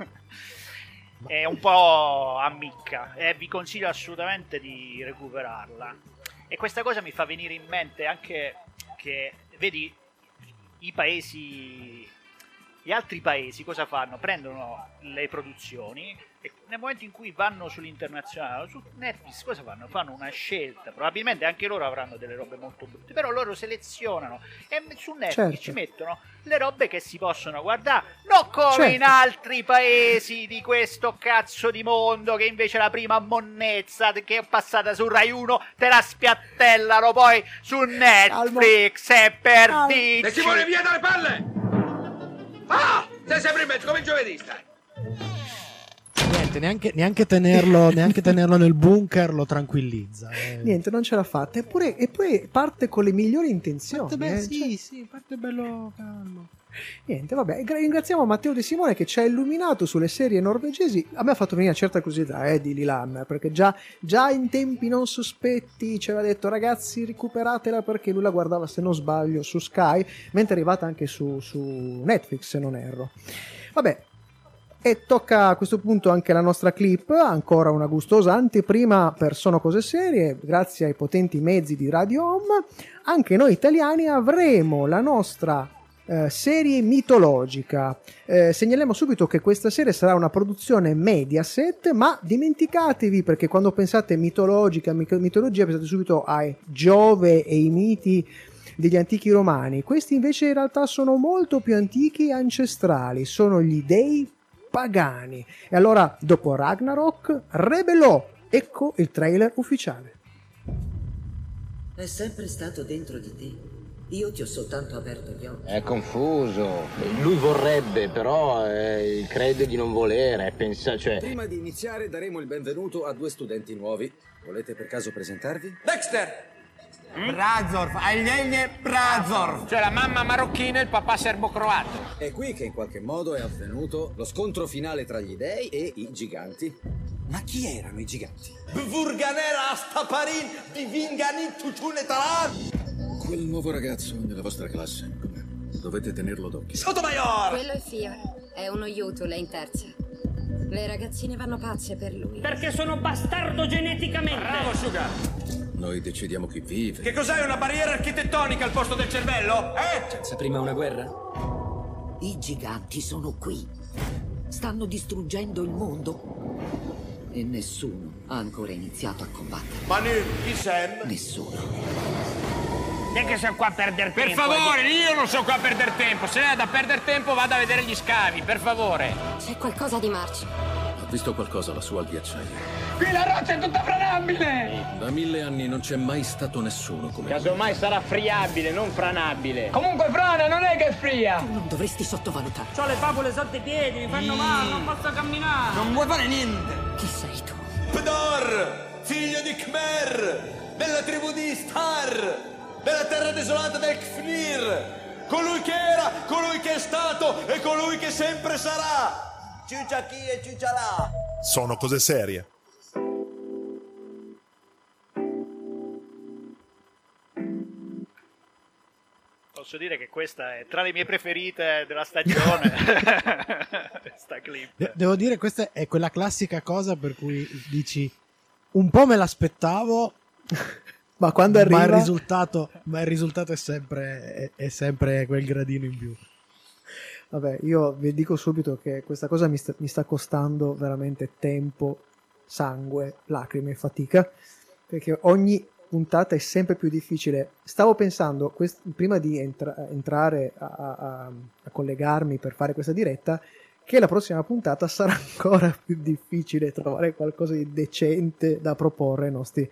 È un po' ammicca e vi consiglio assolutamente di recuperarla. E questa cosa mi fa venire in mente anche che, vedi, i paesi, gli altri paesi cosa fanno? Prendono le produzioni e nel momento in cui vanno sull'internazionale, su Netflix, cosa fanno? Fanno una scelta, probabilmente anche loro avranno delle robe molto brutte, però loro selezionano e su Netflix Certo. ci mettono le robe che si possono guardare, non come Certo. in altri paesi di questo cazzo di mondo, che invece la prima monnezza che è passata su Rai uno te la spiattellano poi su Netflix e per Calmo. dirci... E Simone, via dalle palle! Ah! Sei sempre in mezzo, come il giovedì stai. Niente, neanche, neanche, tenerlo, neanche tenerlo nel bunker lo tranquillizza. eh. Niente, non ce l'ha fatta. Eppure, eppure parte con le migliori intenzioni. Parte be- eh. sì, Cioè, sì, parte bello calmo. niente, vabbè. Gra- Ringraziamo Matteo De Simone che ci ha illuminato sulle serie norvegesi. A me ha fatto venire una certa curiosità eh, di Lilan, perché già, già in tempi non sospetti ci aveva detto ragazzi recuperatela, perché lui la guardava, se non sbaglio, su Sky, mentre è arrivata anche su, su Netflix, se non erro. Vabbè. E tocca a questo punto anche la nostra clip, ancora una gustosa anteprima per Sono Cose Serie. Grazie ai potenti mezzi di Radio Home, anche noi italiani avremo la nostra eh, serie mitologica. Eh, segnaliamo subito che questa serie sarà una produzione Mediaset, ma dimenticatevi, perché quando pensate mitologica, mit- mitologia, pensate subito a Giove e i miti degli antichi romani. Questi invece in realtà sono molto più antichi e ancestrali, sono gli dei pagani. E allora, dopo Ragnarok, rebelò. Ecco il trailer ufficiale. È sempre stato dentro di te. Io ti ho soltanto aperto gli occhi. È confuso. Lui vorrebbe, però eh, crede di non volere. Pensa, cioè. Prima di iniziare daremo il benvenuto a due studenti nuovi. Volete per caso presentarvi? Dexter! Brazorf, Agliegne Brazorf. Cioè la mamma marocchina e il papà serbo-croato. È qui che in qualche modo è avvenuto lo scontro finale tra gli dei e i giganti. Ma chi erano i giganti? Vurganera Astaparin di Vingani Tutunetaran. Quel nuovo ragazzo nella vostra classe. Dovete tenerlo d'occhio. Sotomayor. Quello è Fior, è uno Yutule in terza. Le ragazzine vanno pazze per lui. Perché sono bastardo geneticamente. Bravo, Sugar. Noi decidiamo chi vive. Che cos'è, una barriera architettonica al posto del cervello? Eh? Senza prima una guerra? I giganti sono qui. Stanno distruggendo il mondo. E nessuno ha ancora iniziato a combattere. Ma chi sei? Nessuno. Non è che sono qua a perdere Per tempo. favore, io non so qua a perdere tempo. Se lei ha da perdere tempo, vada a vedere gli scavi, per favore. C'è qualcosa di marcio. Ho visto qualcosa lassù al ghiacciaio. Qui la roccia è tutta franabile. Da mille anni non c'è mai stato nessuno come lui. Casomai sarà friabile, non franabile. Comunque frana, non è che è fria. Tu non dovresti sottovalutare. C'ho le papole sotto i piedi, mi fanno male, non posso camminare. Non vuoi fare niente. Chi sei tu? Pdor, figlio di Khmer, della tribù di Star, della terra desolata del Kfnir. Colui che era, colui che è stato e colui che sempre sarà. Ciuccia chi e ciuccia là. Sono Cose Serie. Posso dire che questa è tra le mie preferite della stagione. Sta clip. De- devo dire, questa è quella classica cosa per cui dici un po' me l'aspettavo, Ma quando arriva... ma il risultato, ma il risultato è sempre, è, è sempre quel gradino in più. Vabbè, io vi dico subito che questa cosa mi sta, mi sta costando veramente tempo, sangue, lacrime e fatica, perché ogni puntata è sempre più difficile. Stavo pensando, quest- prima di entra- entrare a, a, a collegarmi per fare questa diretta, che la prossima puntata sarà ancora più difficile trovare qualcosa di decente da proporre ai nostri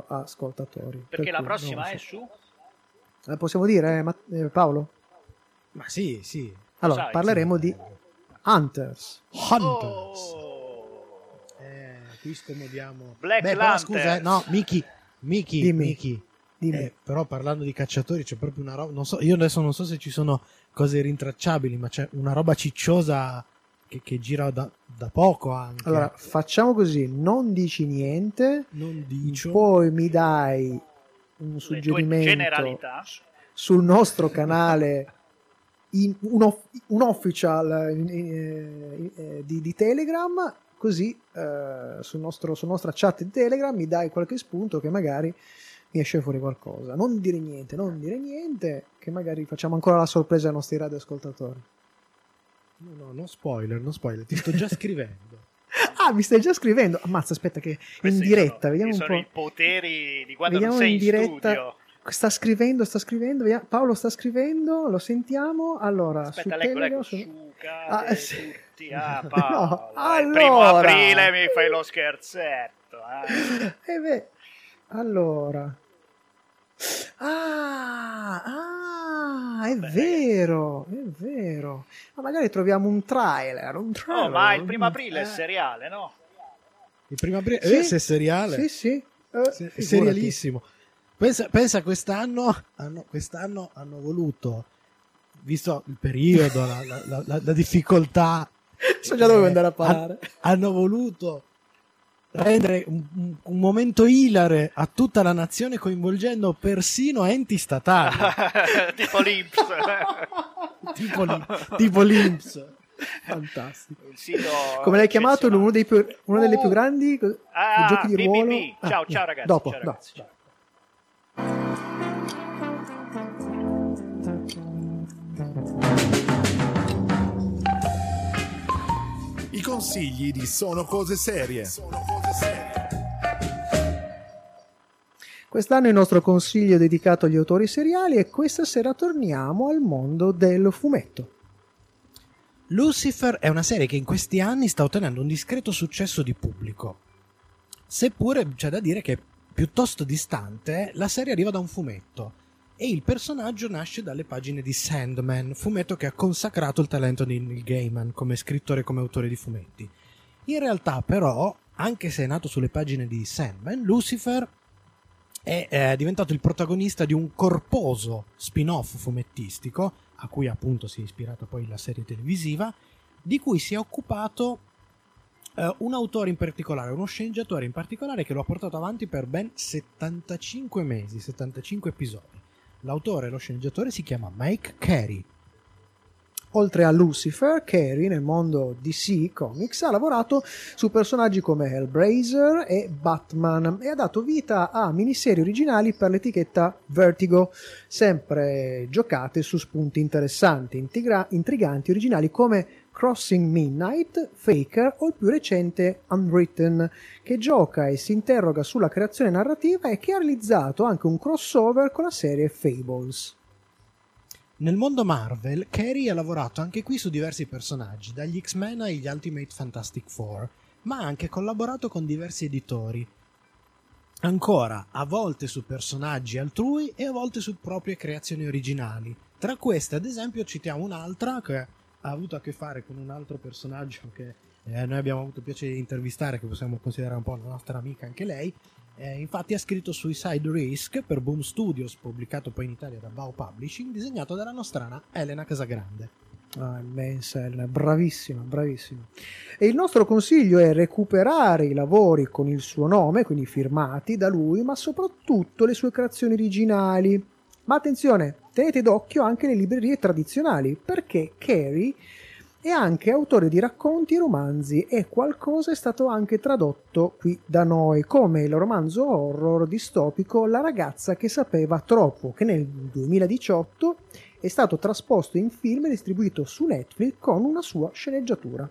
radioascoltatori. Perché Per la cui, prossima non è so. su? Eh, possiamo dire, eh, Ma- eh, Paolo? Ma sì, sì. Allora, Sai, parleremo sì. di Hunters. Hunters. Oh. Eh, qui scomodiamo. Black Beh, però Lantern. scusa, eh, no, Miki, Miki, Dimmi. Miki. Dimmi. Eh, però parlando di cacciatori c'è proprio una roba, non so, io adesso non so se ci sono cose rintracciabili, ma c'è una roba cicciosa che, che gira da, da poco anche. Allora, facciamo così, non dici niente, non dicio. poi mi dai un Le tue suggerimento generalità. sul nostro canale, in, un, off- un official eh, eh, di, di Telegram, così eh, sul nostro, sulla nostra chat di Telegram mi dai qualche spunto che magari mi esce fuori qualcosa. Non dire niente, non dire niente, che magari facciamo ancora la sorpresa ai nostri radioascoltatori. No, no, no spoiler, no spoiler, ti sto già scrivendo. Ah, mi stai già scrivendo? Ammazza, aspetta che in Questi diretta, sono, vediamo un sono po'. i poteri di quando Vediamo non sei in in, diretta. studio. Sta scrivendo, sta scrivendo. vediamo- Paolo sta scrivendo, lo sentiamo. Allora, Aspetta, su leggo, Telegram, leggo. su- Sciucate Ah, sì. tutti. Ah, No, Paolo, il primo allora. aprile mi fai lo scherzetto. Eh. Eh beh, allora. Ah, ah, è Vabbè, vero, è vero. Ma magari troviamo un trailer, un trailer. Oh, ma il primo aprile Eh, è seriale, no? Il primo aprile, Sì. eh, se è seriale, Sì, sì. Eh, Se- è figurati. serialissimo. Pensa, pensa quest'anno, hanno, quest'anno hanno voluto, visto il periodo, la, la- la- la- la difficoltà, So già dove eh, andare a parare. han- hanno voluto rendere un, un- un momento ilare a tutta la nazione, coinvolgendo persino enti statali, Tipo l'I N P S. tipo, l'I- tipo l'I N P S. Fantastico. Il sito Come l'hai chiamato? eccezionale. Uno, dei più, uno delle Oh. più grandi co- Ah, giochi di B B B. ruolo? Ciao, Ah, ciao ragazzi. Dopo, ciao, no. ragazzi. Ciao. I consigli di Sono Cose Serie. Quest'anno è il nostro consiglio è dedicato agli autori seriali e questa sera torniamo al mondo del fumetto. Lucifer è una serie che in questi anni sta ottenendo un discreto successo di pubblico. Seppure c'è da dire che piuttosto distante, la serie arriva da un fumetto e il personaggio nasce dalle pagine di Sandman, fumetto che ha consacrato il talento di Neil Gaiman come scrittore e come autore di fumetti. In realtà però, anche se è nato sulle pagine di Sandman, Lucifer è eh, diventato il protagonista di un corposo spin-off fumettistico, a cui appunto si è ispirata poi la serie televisiva, di cui si è occupato eh, un autore in particolare, uno sceneggiatore in particolare che lo ha portato avanti per ben settantacinque mesi, settantacinque episodi. L'autore e lo sceneggiatore si chiama Mike Carey. Oltre a Lucifer, Carey nel mondo D C Comics ha lavorato su personaggi come Hellblazer e Batman e ha dato vita a miniserie originali per l'etichetta Vertigo, sempre giocate su spunti interessanti, intriga- intriganti, originali come Crossing Midnight, Faker o il più recente Unwritten, che gioca e si interroga sulla creazione narrativa e che ha realizzato anche un crossover con la serie Fables. Nel mondo Marvel, Carey ha lavorato anche qui su diversi personaggi, dagli X-Men agli Ultimate Fantastic Four, ma ha anche collaborato con diversi editori. Ancora, a volte su personaggi altrui e a volte su proprie creazioni originali. Tra queste, ad esempio, citiamo un'altra che ha avuto a che fare con un altro personaggio che eh, noi abbiamo avuto il piacere di intervistare, che possiamo considerare un po' la nostra amica anche lei. Eh, infatti ha scritto Suicide Risk per Boom Studios, pubblicato poi in Italia da Bao Publishing, disegnato dalla nostrana Elena Casagrande. Ah, immensa Elena, bravissima, bravissima. E il nostro consiglio è recuperare i lavori con il suo nome, quindi firmati da lui, ma soprattutto le sue creazioni originali. Ma attenzione, tenete d'occhio anche le librerie tradizionali, perché Carey è anche autore di racconti e romanzi e qualcosa è stato anche tradotto qui da noi, come il romanzo horror distopico La ragazza che sapeva troppo, che nel duemiladiciotto è stato trasposto in film e distribuito su Netflix con una sua sceneggiatura.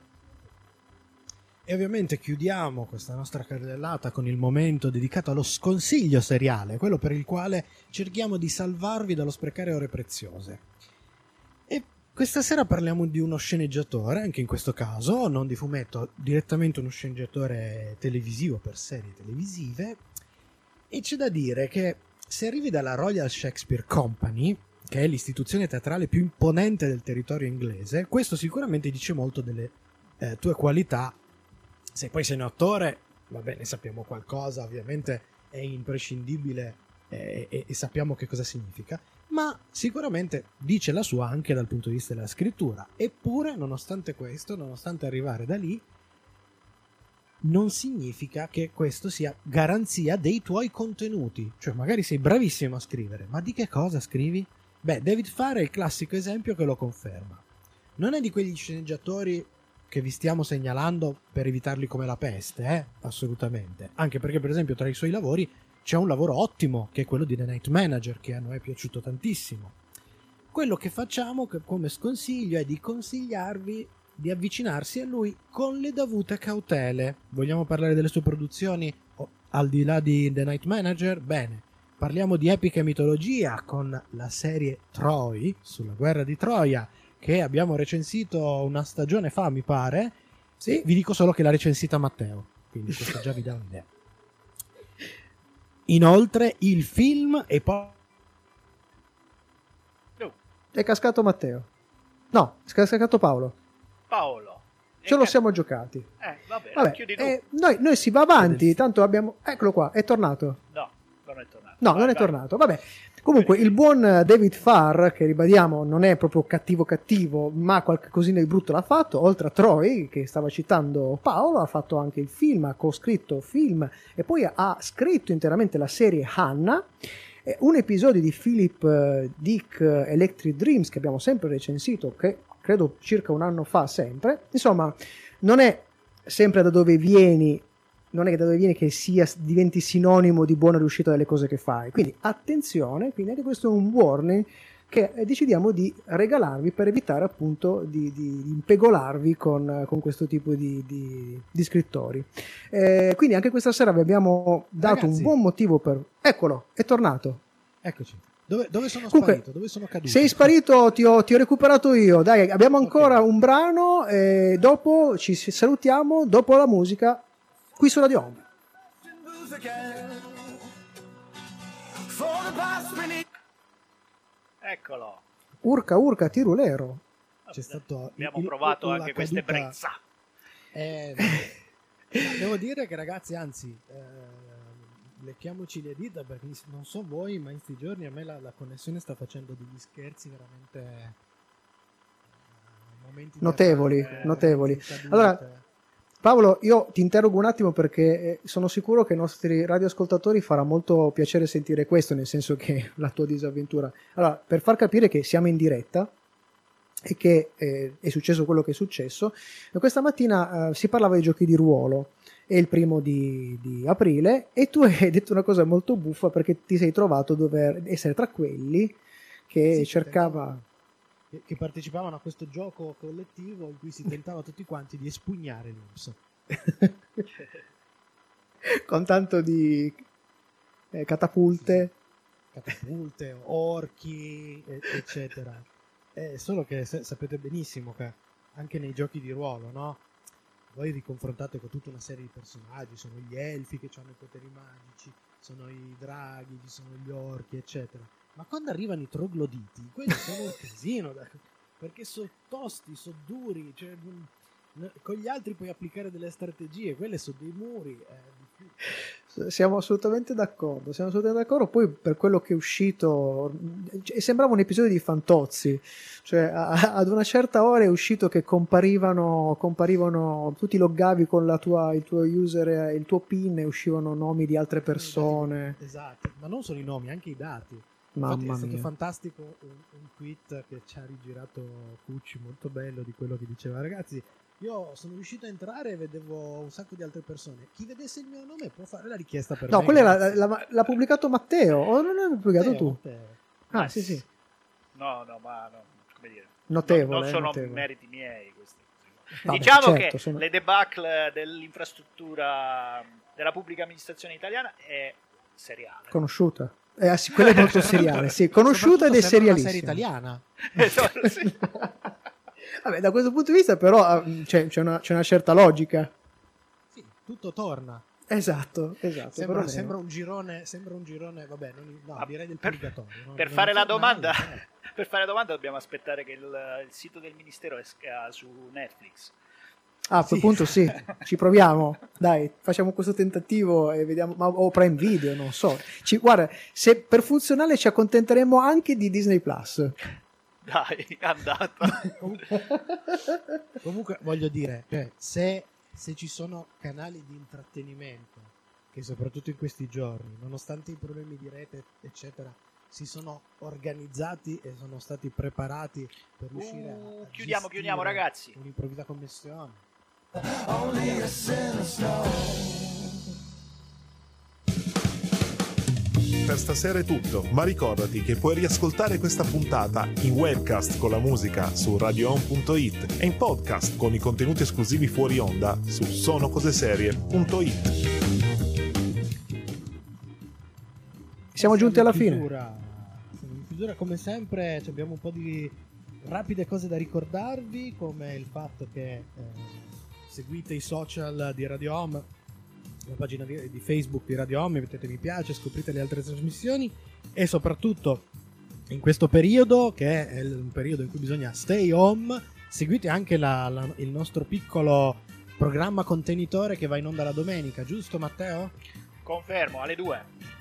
E ovviamente chiudiamo questa nostra carrellata con il momento dedicato allo sconsiglio seriale, quello per il quale cerchiamo di salvarvi dallo sprecare ore preziose. E questa sera parliamo di uno sceneggiatore, anche in questo caso, non di fumetto, direttamente uno sceneggiatore televisivo per serie televisive, e c'è da dire che se arrivi dalla Royal Shakespeare Company, che è l'istituzione teatrale più imponente del territorio inglese, questo sicuramente dice molto delle eh, tue qualità. Se poi sei un attore, va bene, sappiamo qualcosa, ovviamente è imprescindibile eh, e, e sappiamo che cosa significa, ma sicuramente dice la sua anche dal punto di vista della scrittura. Eppure, nonostante questo, nonostante arrivare da lì, non significa che questo sia garanzia dei tuoi contenuti. Cioè, magari sei bravissimo a scrivere, ma di che cosa scrivi? Beh, David Farr è il classico esempio che lo conferma. Non è di quegli sceneggiatori che vi stiamo segnalando per evitarli come la peste, eh? Assolutamente. Anche perché, per esempio, tra i suoi lavori c'è un lavoro ottimo, che è quello di The Night Manager, che a noi è piaciuto tantissimo. Quello che facciamo, che come sconsiglio, è di consigliarvi di avvicinarsi a lui con le dovute cautele. Vogliamo parlare delle sue produzioni oh, al di là di The Night Manager? Bene, parliamo di epica mitologia con la serie Troy, sulla guerra di Troia, che abbiamo recensito una stagione fa, mi pare. Sì. Vi dico solo che l'ha recensita Matteo, quindi questo già vi dà un'idea. Inoltre il film e poi è cascato Matteo. No, è cascato Paolo. Paolo. Ce lo siamo giocati. Eh, vabbè, Vabbè, chiudi tu. eh, noi, noi si va avanti, tanto abbiamo... Eccolo qua, è tornato. No, non è tornato. No, vai, non è vai. tornato. Vabbè, comunque il buon David Farr, che ribadiamo non è proprio cattivo cattivo, ma qualche cosina di brutto l'ha fatto, oltre a Troy, che stava citando Paolo, ha fatto anche il film, ha coscritto film e poi ha scritto interamente la serie Hannah, un episodio di Philip Dick Electric Dreams che abbiamo sempre recensito, che credo circa un anno fa sempre. Insomma, non è sempre da dove vieni, non è da dove vieni che sia, diventi sinonimo di buona riuscita delle cose che fai. Quindi attenzione, quindi anche questo è un warning che decidiamo di regalarvi per evitare appunto di, di, di impegolarvi con, con questo tipo di, di, di scrittori. Eh, quindi anche questa sera vi abbiamo dato Ragazzi, un buon motivo per... Eccolo, è tornato. Eccoci. Dove, dove sono Comunque, sparito? Dove sono caduto? Sei sparito, ti ho, ti ho recuperato io. Dai, abbiamo ancora okay. un brano e dopo ci salutiamo, dopo la musica, qui su Radio Home. Eccolo. Urca, urca, tirulero. C'è stato Abbiamo il, provato il, anche caduta... queste brezza. Eh, devo dire che ragazzi, anzi, eh, lecchiamoci le dita perché non so voi, ma in questi giorni a me la, la connessione sta facendo degli scherzi veramente eh, momenti notevoli, eh, notevoli. Allora, Paolo, io ti interrogo un attimo perché sono sicuro che ai nostri radioascoltatori farà molto piacere sentire questo, nel senso che la tua disavventura. Allora, per far capire che siamo in diretta e che eh, è successo quello che è successo, questa mattina eh, si parlava di giochi di ruolo, è il primo di, di aprile, e tu hai detto una cosa molto buffa perché ti sei trovato a dover essere tra quelli che sì, cercava... Che, che partecipavano a questo gioco collettivo in cui si tentava tutti quanti di espugnare l'U P S. Con tanto di eh, catapulte. Sì, catapulte, orchi, eccetera. Eh, solo che se, sapete benissimo che anche nei giochi di ruolo, no? Voi vi confrontate con tutta una serie di personaggi, sono gli elfi che hanno i poteri magici, sono i draghi, ci sono gli orchi, eccetera. Ma quando arrivano i trogloditi, quelli sono un casino, da, perché sono tosti, sono duri, cioè, mh, con gli altri puoi applicare delle strategie, quelle sono dei muri. Eh. Siamo assolutamente d'accordo, siamo assolutamente d'accordo. Poi per quello che è uscito, sembrava un episodio di Fantozzi, cioè a, ad una certa ora è uscito che comparivano, comparivano tu ti loggavi con la tua, il tuo user, il tuo pin e uscivano nomi di altre persone. Esatto, ma non solo i nomi, anche i dati. Mamma Infatti è stato mia. fantastico un, un tweet che ci ha rigirato Cucci, molto bello, di quello che diceva: ragazzi, io sono riuscito a entrare e vedevo un sacco di altre persone, chi vedesse il mio nome può fare la richiesta per no, me. No, quella l'ha, l'ha, l'ha pubblicato Matteo o non l'hai pubblicato Matteo, tu? Matteo. Ah, Ma sì, sì. No, no, ma no, come dire, notevole, non, non sono notevole. meriti miei questi. Vabbè, diciamo certo, che sono... le debacle dell'infrastruttura della pubblica amministrazione italiana è seriale. Conosciuta. Eh, sì, quella è molto seriale, sì, conosciuta ed è serialissima. Una serie italiana. Esatto, sì. Vabbè, da questo punto di vista però c'è, c'è, una, c'è una certa logica. Sì, tutto torna. Esatto, esatto. Sembra, però sembra un girone, sembra un girone, vabbè, non, no, direi del per, purgatorio. no? Per Non fare la c'è domanda, mai, eh. per fare la domanda dobbiamo aspettare che il, il sito del ministero esca su Netflix. Ah, a quel Sì. punto sì, ci proviamo. Dai, facciamo questo tentativo e vediamo. Ma, o Prime Video, non so. Ci, guarda, se per funzionale ci accontenteremo anche di Disney Plus. Dai, è andata. Comunque voglio dire, cioè, se, se ci sono canali di intrattenimento che soprattutto in questi giorni, nonostante i problemi di rete, eccetera, si sono organizzati e sono stati preparati per riuscire Uh, a, a chiudiamo, chiudiamo, gestire ragazzi. un'improvvisa connessione. Per stasera è tutto, ma ricordati che puoi riascoltare questa puntata in webcast con la musica su radio on punto it e in podcast con i contenuti esclusivi fuori onda su sonocoseserie punto it. Siamo giunti alla in fine. chiusura. Siamo in chiusura come sempre, cioè, abbiamo un po' di rapide cose da ricordarvi, come il fatto che eh, seguite i social di Radio Home, la pagina di, di Facebook di Radio Home, mettete mi piace, scoprite le altre trasmissioni e soprattutto in questo periodo, che è un periodo in cui bisogna stay home, seguite anche la, la, il nostro piccolo programma contenitore che va in onda la domenica, giusto Matteo? Confermo, alle due.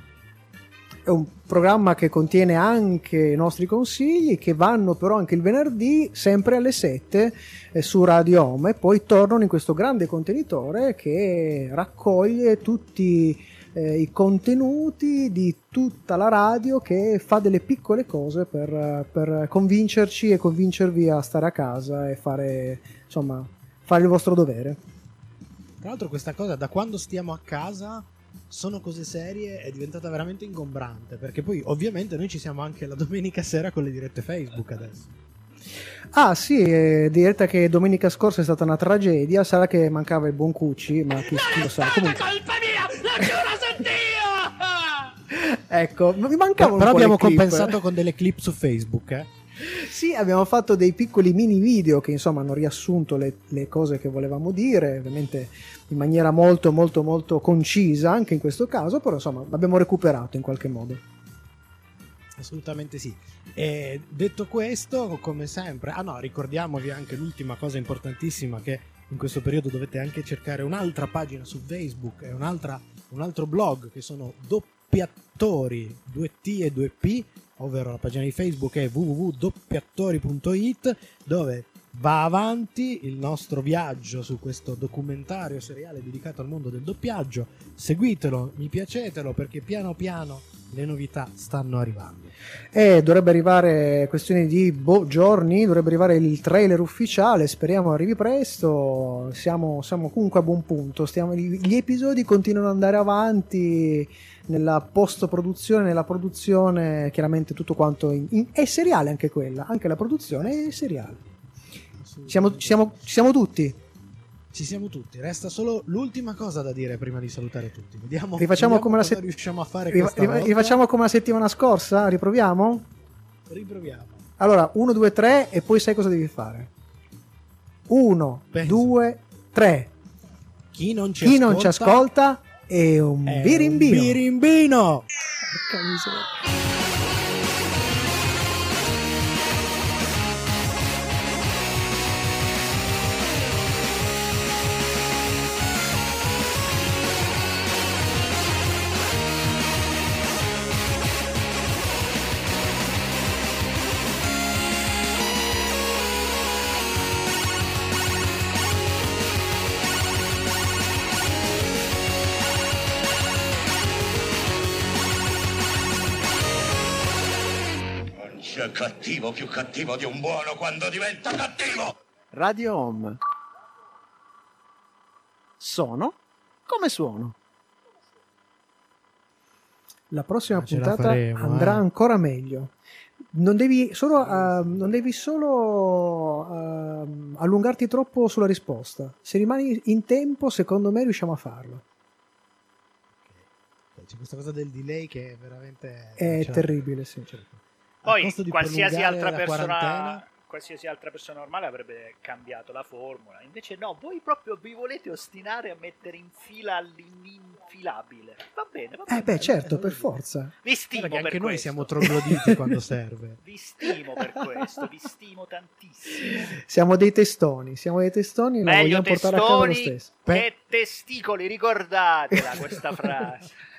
È un programma che contiene anche i nostri consigli, che vanno però anche il venerdì, sempre alle sette, eh, su Radio Home, e poi tornano in questo grande contenitore che raccoglie tutti eh, i contenuti di tutta la radio, che fa delle piccole cose per, per convincerci e convincervi a stare a casa e fare, insomma, fare il vostro dovere. Tra l'altro questa cosa, da quando stiamo a casa, sono cose serie, è diventata veramente ingombrante, perché poi ovviamente noi ci siamo anche la domenica sera con le dirette Facebook adesso. Ah sì, eh, diretta che domenica scorsa è stata una tragedia, sarà che mancava il buon Cucci, ma chi, chi lo sa. Comunque... colpa mia! La chiura sentio! Ecco, mi mancavano però un po' abbiamo le clip. compensato con delle clip su Facebook, eh? Sì, abbiamo fatto dei piccoli mini video che insomma hanno riassunto le, le cose che volevamo dire, ovviamente in maniera molto molto molto concisa anche in questo caso, però insomma l'abbiamo recuperato in qualche modo. Assolutamente sì. E detto questo, come sempre, ah no, ricordiamovi anche l'ultima cosa importantissima, che in questo periodo dovete anche cercare un'altra pagina su Facebook e un'altra, un altro blog, che sono Doppiatori, due T e due P, ovvero la pagina di Facebook è w w w punto doppiatori punto it, dove va avanti il nostro viaggio su questo documentario seriale dedicato al mondo del doppiaggio. Seguitelo, mi piacetelo, perché piano piano le novità stanno arrivando. E dovrebbe arrivare, questione di boh, giorni, dovrebbe arrivare il trailer ufficiale, speriamo arrivi presto. Siamo, siamo comunque a buon punto, stiamo, gli episodi continuano ad andare avanti nella post-produzione, nella produzione, chiaramente tutto quanto in, in, è seriale anche quella, anche la produzione è seriale. Siamo, ci, siamo, ci siamo tutti. Ci siamo tutti, resta solo l'ultima cosa da dire prima di salutare tutti. Vediamo, Rifacciamo vediamo come la cosa se- riusciamo a fare rifa- questa rifa- volta. rifacciamo come la settimana scorsa, riproviamo? Riproviamo. Allora, uno, due, tre e poi sai cosa devi fare. uno, due, tre. Chi non ci Chi ascolta, non ci ascolta è un è birimbino. un birimbino. Porca miseria. C'è cattivo più cattivo di un buono quando diventa cattivo! Radio Home. Sono come suono. La prossima Ma ce la puntata faremo, andrà eh. ancora meglio. Non devi solo, uh, non devi solo uh, allungarti troppo sulla risposta. Se rimani in tempo, secondo me riusciamo a farlo. C'è questa cosa del delay che è veramente È cioè, terribile, sì. Poi costo di qualsiasi prolungare altra la persona quarantena. qualsiasi altra persona normale avrebbe cambiato la formula. Invece no, voi proprio vi volete ostinare a mettere in fila all'infinito infilabile. Va bene, va Eh bene. beh, certo, per forza. Vi stimo Guarda che per anche noi questo. siamo trogloditi quando serve. Vi stimo per questo, vi stimo tantissimo. Siamo dei testoni, siamo dei testoni e la Meglio vogliamo portare a casa lo testoni stesso. che testicoli, ricordatela questa frase.